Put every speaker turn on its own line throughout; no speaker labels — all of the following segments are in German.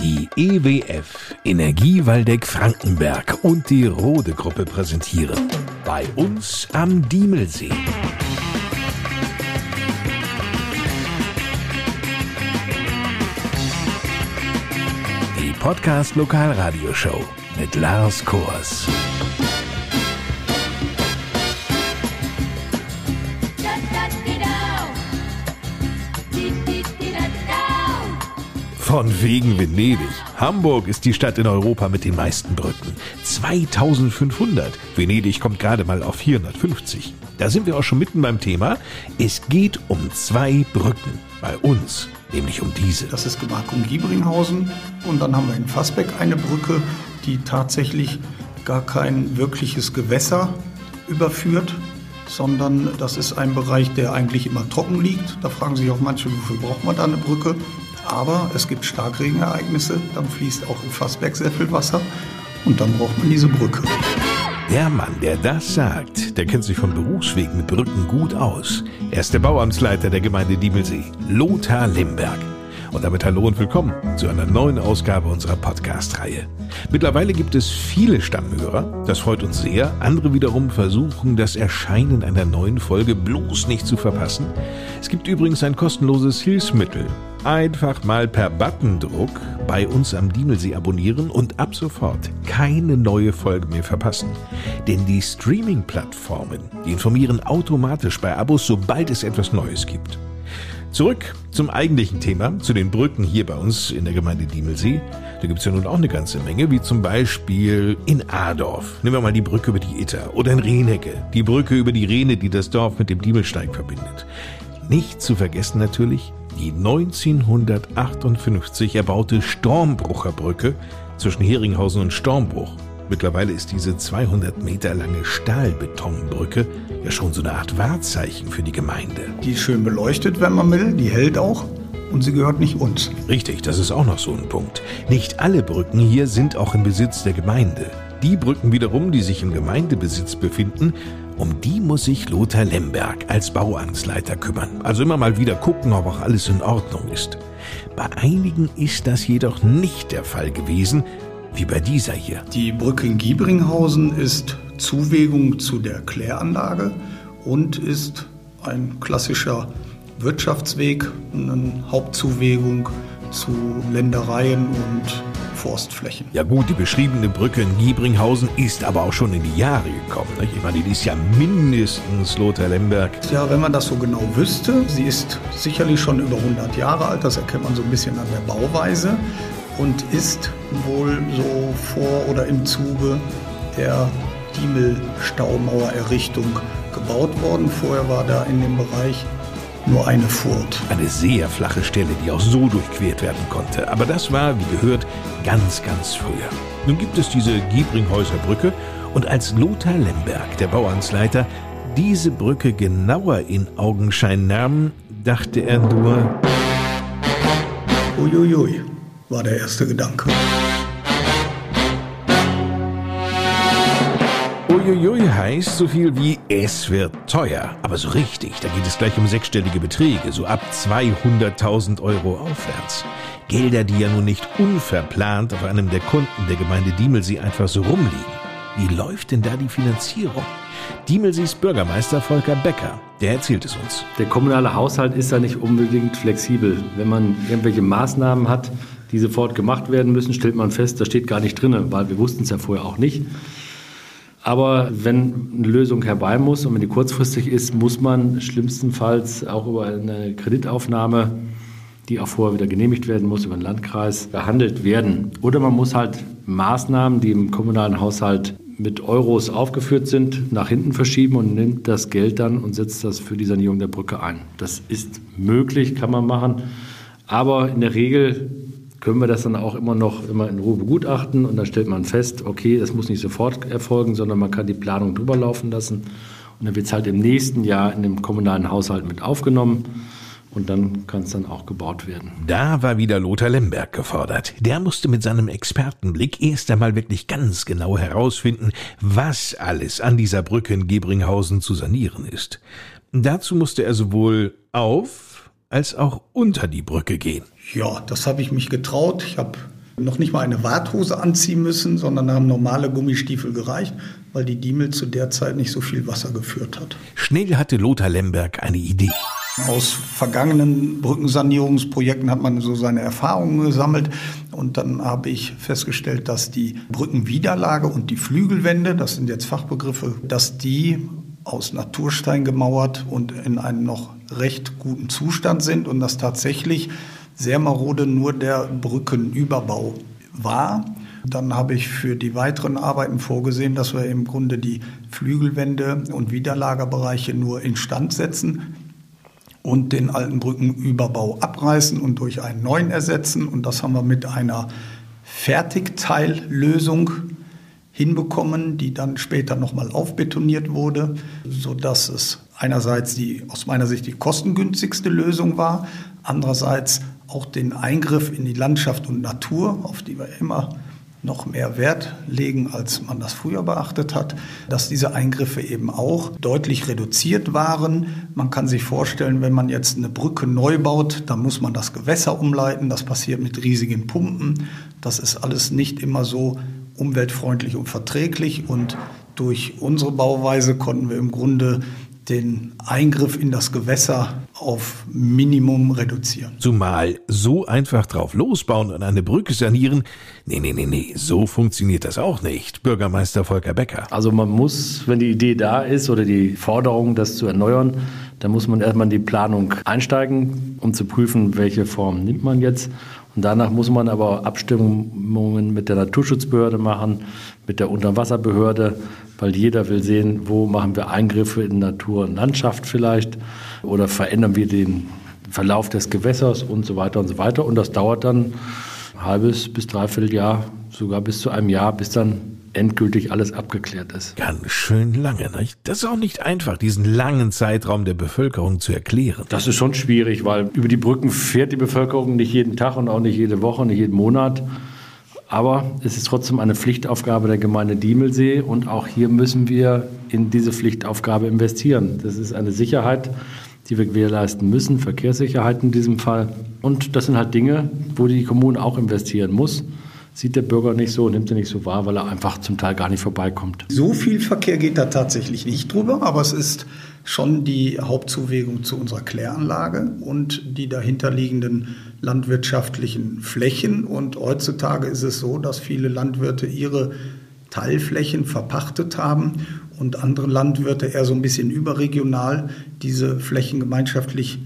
Die EWF, Energie Waldeck Frankenberg und die Rode Gruppe präsentieren bei uns am Diemelsee. Die Podcast-Lokalradioshow mit Lars Kors. Von wegen Venedig. Hamburg ist die Stadt in Europa mit den meisten Brücken. 2500. Venedig kommt gerade mal auf 450. Da sind wir auch schon mitten beim Thema. Es geht um 2 Brücken. Bei uns, nämlich um diese.
Das ist Gemarkung-Giebringhausen. Und dann haben wir in Fassbeck eine Brücke, die tatsächlich gar kein wirkliches Gewässer überführt, sondern das ist ein Bereich, der eigentlich immer trocken liegt. Da fragen sich auch manche, wofür braucht man da eine Brücke? Aber es gibt Starkregenereignisse, dann fließt auch in Fassbeck sehr viel Wasser und dann braucht man diese Brücke.
Der Mann, der das sagt, der kennt sich von Berufswegen mit Brücken gut aus. Er ist der Bauamtsleiter der Gemeinde Diemelsee, Lothar Lemberg. Und damit hallo und willkommen zu einer neuen Ausgabe unserer Podcast-Reihe. Mittlerweile gibt es viele Stammhörer, das freut uns sehr. Andere wiederum versuchen, das Erscheinen einer neuen Folge bloß nicht zu verpassen. Es gibt übrigens ein kostenloses Hilfsmittel. Einfach mal per Buttondruck bei uns am Diemelsee abonnieren und ab sofort keine neue Folge mehr verpassen. Denn die Streaming-Plattformen, die informieren automatisch bei Abos, sobald es etwas Neues gibt. Zurück zum eigentlichen Thema, zu den Brücken hier bei uns in der Gemeinde Diemelsee. Da gibt es ja nun auch eine ganze Menge, wie zum Beispiel in Adorf. Nehmen wir mal die Brücke über die Itter oder in Rehecke, die Brücke über die Rehne, die das Dorf mit dem Diemelsteig verbindet. Nicht zu vergessen natürlich die 1958 erbaute Stormbrucher Brücke zwischen Heringhausen und Stormbruch. Mittlerweile ist diese 200 Meter lange Stahlbetonbrücke ja schon so eine Art Wahrzeichen für die Gemeinde.
Die ist schön beleuchtet, wenn man will, die hält auch und sie gehört nicht uns.
Richtig, das ist auch noch so ein Punkt. Nicht alle Brücken hier sind auch im Besitz der Gemeinde. Die Brücken wiederum, die sich im Gemeindebesitz befinden, um die muss sich Lothar Lemberg als Bauamtsleiter kümmern. Also immer mal wieder gucken, ob auch alles in Ordnung ist. Bei einigen ist das jedoch nicht der Fall gewesen, wie bei dieser hier.
Die Brücke in Giebringhausen ist Zuwegung zu der Kläranlage und ist ein klassischer Wirtschaftsweg, eine Hauptzuwegung zu Ländereien und Forstflächen.
Ja gut, die beschriebene Brücke in Giebringhausen ist aber auch schon in die Jahre gekommen. Nicht? Ich meine, die ist ja mindestens, Lothar Lemberg.
Ja, wenn man das so genau wüsste, sie ist sicherlich schon über 100 Jahre alt, das erkennt man so ein bisschen an der Bauweise. Und ist wohl so vor oder im Zuge der Diemel-Staumauererrichtung gebaut worden. Vorher war da in dem Bereich nur eine Furt.
Eine sehr flache Stelle, die auch so durchquert werden konnte. Aber das war, wie gehört, ganz, ganz früher. Nun gibt es diese Giebringhäuser Brücke und als Lothar Lemberg, der Bauamtsleiter, diese Brücke genauer in Augenschein nahm, dachte er nur:
Uiuiui, war der erste Gedanke.
Uiuiui heißt so viel wie es wird teuer. Aber so richtig, da geht es gleich um 6-stellige Beträge, so ab 200.000 Euro aufwärts. Gelder, die ja nun nicht unverplant auf einem der Konten der Gemeinde Diemelsee einfach so rumliegen. Wie läuft denn da die Finanzierung? Diemelsees Bürgermeister Volker Becker, der erzählt es uns.
Der kommunale Haushalt ist ja nicht unbedingt flexibel. Wenn man irgendwelche Maßnahmen hat, die sofort gemacht werden müssen, stellt man fest, das steht gar nicht drin, weil wir wussten es ja vorher auch nicht. Aber wenn eine Lösung herbei muss und wenn die kurzfristig ist, muss man schlimmstenfalls auch über eine Kreditaufnahme, die auch vorher wieder genehmigt werden muss, über den Landkreis, behandelt werden. Oder man muss halt Maßnahmen, die im kommunalen Haushalt mit Euros aufgeführt sind, nach hinten verschieben und nimmt das Geld dann und setzt das für die Sanierung der Brücke ein. Das ist möglich, kann man machen, aber in der Regel können wir das dann auch immer in Ruhe begutachten und dann stellt man fest, okay, das muss nicht sofort erfolgen, sondern man kann die Planung drüber laufen lassen und dann wird es halt im nächsten Jahr in dem kommunalen Haushalt mit aufgenommen. Und dann kann es dann auch gebaut werden.
Da war wieder Lothar Lemberg gefordert. Der musste mit seinem Expertenblick erst einmal wirklich ganz genau herausfinden, was alles an dieser Brücke in Giebringhausen zu sanieren ist. Dazu musste er sowohl auf als auch unter die Brücke gehen.
Ja, das habe ich mich getraut. Ich habe noch nicht mal eine Warthose anziehen müssen, sondern haben normale Gummistiefel gereicht, weil die Diemel zu der Zeit nicht so viel Wasser geführt hat.
Schnell hatte Lothar Lemberg eine Idee.
Aus vergangenen Brückensanierungsprojekten hat man so seine Erfahrungen gesammelt und dann habe ich festgestellt, dass die Brückenwiderlage und die Flügelwände, das sind jetzt Fachbegriffe, dass die aus Naturstein gemauert und in einem noch recht guten Zustand sind und dass tatsächlich sehr marode nur der Brückenüberbau war. Dann habe ich für die weiteren Arbeiten vorgesehen, dass wir im Grunde die Flügelwände und Widerlagerbereiche nur instand setzen und den alten Brückenüberbau abreißen und durch einen neuen ersetzen. Und das haben wir mit einer Fertigteillösung hinbekommen, die dann später nochmal aufbetoniert wurde, sodass es einerseits aus meiner Sicht die kostengünstigste Lösung war, andererseits auch den Eingriff in die Landschaft und Natur, auf die wir immer noch mehr Wert legen, als man das früher beachtet hat, dass diese Eingriffe eben auch deutlich reduziert waren. Man kann sich vorstellen, wenn man jetzt eine Brücke neu baut, dann muss man das Gewässer umleiten. Das passiert mit riesigen Pumpen. Das ist alles nicht immer so umweltfreundlich und verträglich. Und durch unsere Bauweise konnten wir im Grunde den Eingriff in das Gewässer auf Minimum reduzieren.
Zumal so einfach drauf losbauen und eine Brücke sanieren, nee, so funktioniert das auch nicht, Bürgermeister Volker Becker.
Also man muss, wenn die Idee da ist oder die Forderung, das zu erneuern, dann muss man erstmal in die Planung einsteigen, um zu prüfen, welche Form nimmt man jetzt. Und danach muss man aber Abstimmungen mit der Naturschutzbehörde machen, mit der Unterwasserbehörde, weil jeder will sehen, wo machen wir Eingriffe in Natur und Landschaft vielleicht oder verändern wir den Verlauf des Gewässers und so weiter und so weiter. Und das dauert dann ein halbes bis dreiviertel Jahr, sogar bis zu einem Jahr, bis dann endgültig alles abgeklärt ist.
Ganz schön lange, nicht? Das ist auch nicht einfach, diesen langen Zeitraum der Bevölkerung zu erklären.
Das ist schon schwierig, weil über die Brücken fährt die Bevölkerung nicht jeden Tag und auch nicht jede Woche, nicht jeden Monat. Aber es ist trotzdem eine Pflichtaufgabe der Gemeinde Diemelsee und auch hier müssen wir in diese Pflichtaufgabe investieren. Das ist eine Sicherheit, die wir gewährleisten müssen, Verkehrssicherheit in diesem Fall. Und das sind halt Dinge, wo die Kommune auch investieren muss. Sieht der Bürger nicht so, nimmt er nicht so wahr, weil er einfach zum Teil gar nicht vorbeikommt.
So viel Verkehr geht da tatsächlich nicht drüber, aber es ist schon die Hauptzuwegung zu unserer Kläranlage und die dahinterliegenden landwirtschaftlichen Flächen. Und heutzutage ist es so, dass viele Landwirte ihre Teilflächen verpachtet haben und andere Landwirte eher so ein bisschen überregional diese Flächen gemeinschaftlich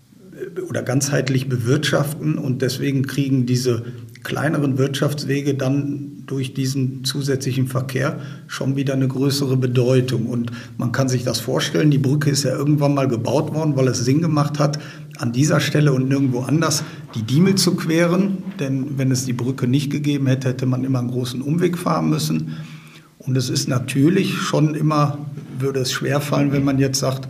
oder ganzheitlich bewirtschaften. Und deswegen kriegen diese kleineren Wirtschaftswege dann durch diesen zusätzlichen Verkehr schon wieder eine größere Bedeutung. Und man kann sich das vorstellen, die Brücke ist ja irgendwann mal gebaut worden, weil es Sinn gemacht hat, an dieser Stelle und nirgendwo anders die Diemel zu queren. Denn wenn es die Brücke nicht gegeben hätte, hätte man immer einen großen Umweg fahren müssen. Und es ist natürlich schon immer, würde es schwerfallen, wenn man jetzt sagt,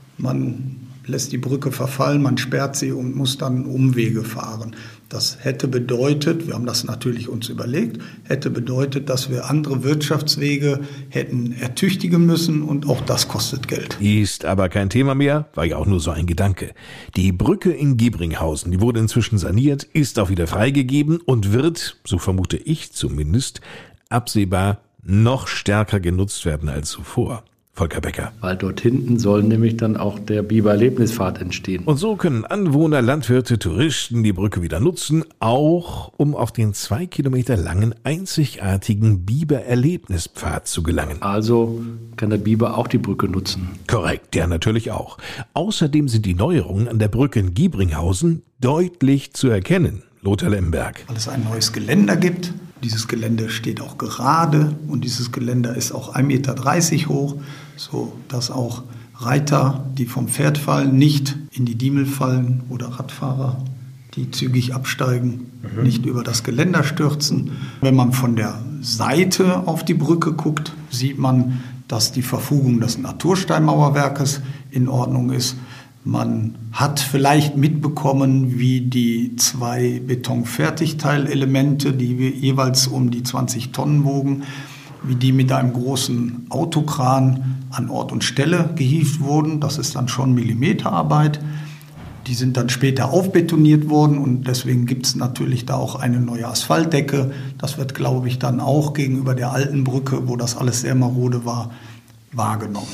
man lässt die Brücke verfallen, man sperrt sie und muss dann Umwege fahren. Das hätte bedeutet, wir haben das natürlich uns überlegt, hätte bedeutet, dass wir andere Wirtschaftswege hätten ertüchtigen müssen und auch das kostet Geld.
Ist aber kein Thema mehr, war ja auch nur so ein Gedanke. Die Brücke in Giebringhausen, die wurde inzwischen saniert, ist auch wieder freigegeben und wird, so vermute ich zumindest, absehbar noch stärker genutzt werden als zuvor. Volker Becker.
Weil dort hinten soll nämlich dann auch der Biber-Erlebnispfad entstehen.
Und so können Anwohner, Landwirte, Touristen die Brücke wieder nutzen, auch um auf den 2 Kilometer langen einzigartigen Biber-Erlebnispfad zu gelangen.
Also kann der Biber auch die Brücke nutzen.
Korrekt, der natürlich auch. Außerdem sind die Neuerungen an der Brücke in Giebringhausen deutlich zu erkennen. Lothar Lemberg.
Weil es ein neues Geländer gibt. Dieses Gelände steht auch gerade und dieses Geländer ist auch 1,30 Meter hoch, so dass auch Reiter, die vom Pferd fallen, nicht in die Diemel fallen oder Radfahrer, die zügig absteigen, nicht über das Geländer stürzen. Wenn man von der Seite auf die Brücke guckt, sieht man, dass die Verfugung des Natursteinmauerwerkes in Ordnung ist. Man hat vielleicht mitbekommen, wie die 2 Betonfertigteilelemente, die wir jeweils um die 20 Tonnen wogen, wie die mit einem großen Autokran an Ort und Stelle gehievt wurden. Das ist dann schon Millimeterarbeit. Die sind dann später aufbetoniert worden und deswegen gibt es natürlich da auch eine neue Asphaltdecke. Das wird, glaube ich, dann auch gegenüber der alten Brücke, wo das alles sehr marode war, wahrgenommen.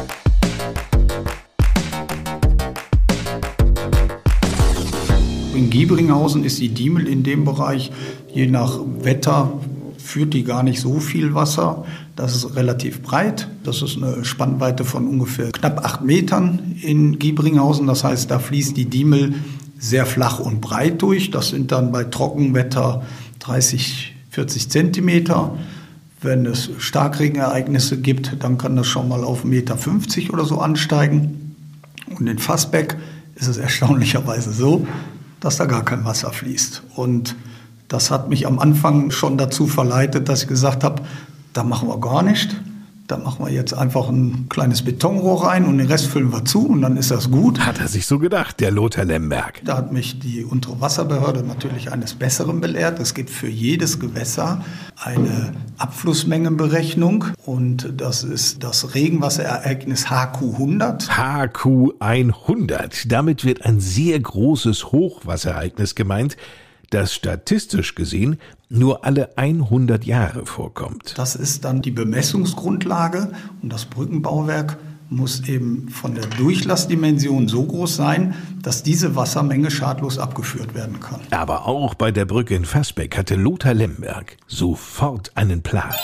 In Giebringhausen ist die Diemel in dem Bereich, je nach Wetter, führt die gar nicht so viel Wasser. Das ist relativ breit. Das ist eine Spannweite von ungefähr knapp 8 Metern in Giebringhausen. Das heißt, da fließt die Diemel sehr flach und breit durch. Das sind dann bei Trockenwetter 30, 40 Zentimeter. Wenn es Starkregenereignisse gibt, dann kann das schon mal auf 1,50 Meter oder so ansteigen. Und in Fassbeck ist es erstaunlicherweise so, dass da gar kein Wasser fließt. Und das hat mich am Anfang schon dazu verleitet, dass ich gesagt habe, da machen wir gar nicht. Da machen wir jetzt einfach ein kleines Betonrohr rein und den Rest füllen wir zu und dann ist das gut.
Hat er sich so gedacht, der Lothar Lemberg.
Da hat mich die untere Wasserbehörde natürlich eines Besseren belehrt. Es gibt für jedes Gewässer eine Abflussmengenberechnung und das ist das Regenwasserereignis HQ 100.
HQ 100. Damit wird ein sehr großes Hochwasserereignis gemeint, das statistisch gesehen nur alle 100 Jahre vorkommt.
Das ist dann die Bemessungsgrundlage und das Brückenbauwerk muss eben von der Durchlassdimension so groß sein, dass diese Wassermenge schadlos abgeführt werden kann.
Aber auch bei der Brücke in Fassbeck hatte Lothar Lemberg sofort einen Plan.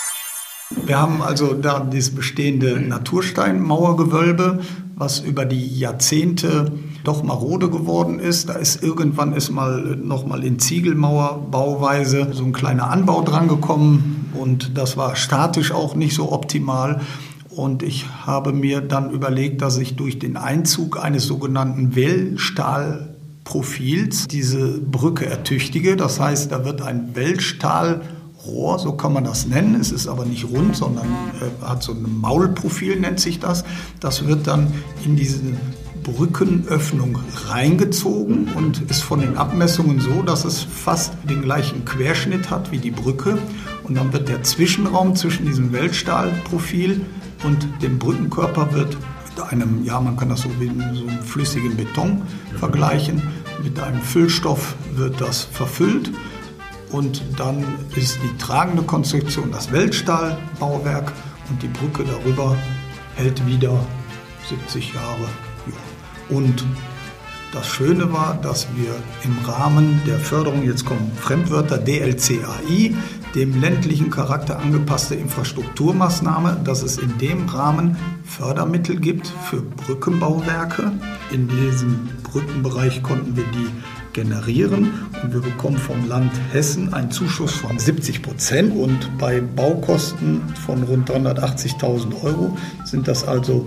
Wir haben also da dieses bestehende Natursteinmauergewölbe, was über die Jahrzehnte doch marode geworden ist. Da ist irgendwann nochmal in Ziegelmauerbauweise so ein kleiner Anbau dran gekommen und das war statisch auch nicht so optimal. Und ich habe mir dann überlegt, dass ich durch den Einzug eines sogenannten Wellstahlprofils diese Brücke ertüchtige. Das heißt, da wird ein Wellstahlrohr, so kann man das nennen. Es ist aber nicht rund, sondern hat so ein Maulprofil, nennt sich das. Das wird dann in diese Brückenöffnung reingezogen und ist von den Abmessungen so, dass es fast den gleichen Querschnitt hat wie die Brücke. Und dann wird der Zwischenraum zwischen diesem Wellstahlprofil und dem Brückenkörper wird mit einem, ja, man kann das so wie so einem flüssigen Beton vergleichen, mit einem Füllstoff wird das verfüllt. Und dann ist die tragende Konstruktion das Wellstahlbauwerk und die Brücke darüber hält wieder 70 Jahre. Ja. Und das Schöne war, dass wir im Rahmen der Förderung, jetzt kommen Fremdwörter, DLCAI, dem ländlichen Charakter angepasste Infrastrukturmaßnahme, dass es in dem Rahmen Fördermittel gibt für Brückenbauwerke. In diesem Brückenbereich konnten wir die generieren und wir bekommen vom Land Hessen einen Zuschuss von 70% und bei Baukosten von rund 380.000 Euro sind das also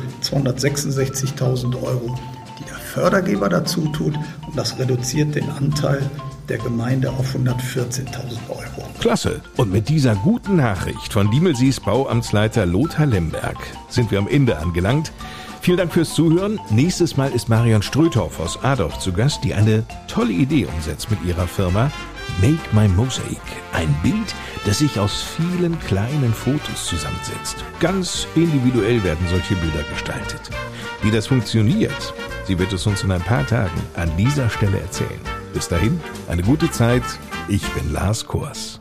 266.000 Euro, die der Fördergeber dazu tut und das reduziert den Anteil der Gemeinde auf 114.000 Euro.
Klasse! Und mit dieser guten Nachricht von Diemelsees Bauamtsleiter Lothar Lemberg sind wir am Ende angelangt. Vielen Dank fürs Zuhören. Nächstes Mal ist Marion Ströthoff aus Adorf zu Gast, die eine tolle Idee umsetzt mit ihrer Firma Make My Mosaic. Ein Bild, das sich aus vielen kleinen Fotos zusammensetzt. Ganz individuell werden solche Bilder gestaltet. Wie das funktioniert, sie wird es uns in ein paar Tagen an dieser Stelle erzählen. Bis dahin, eine gute Zeit. Ich bin Lars Kors.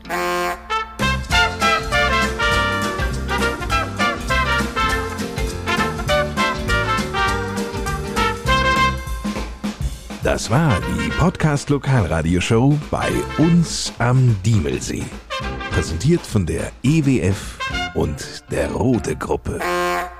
Das war die Podcast-Lokalradioshow bei uns am Diemelsee. Präsentiert von der EWF und der Rode Gruppe.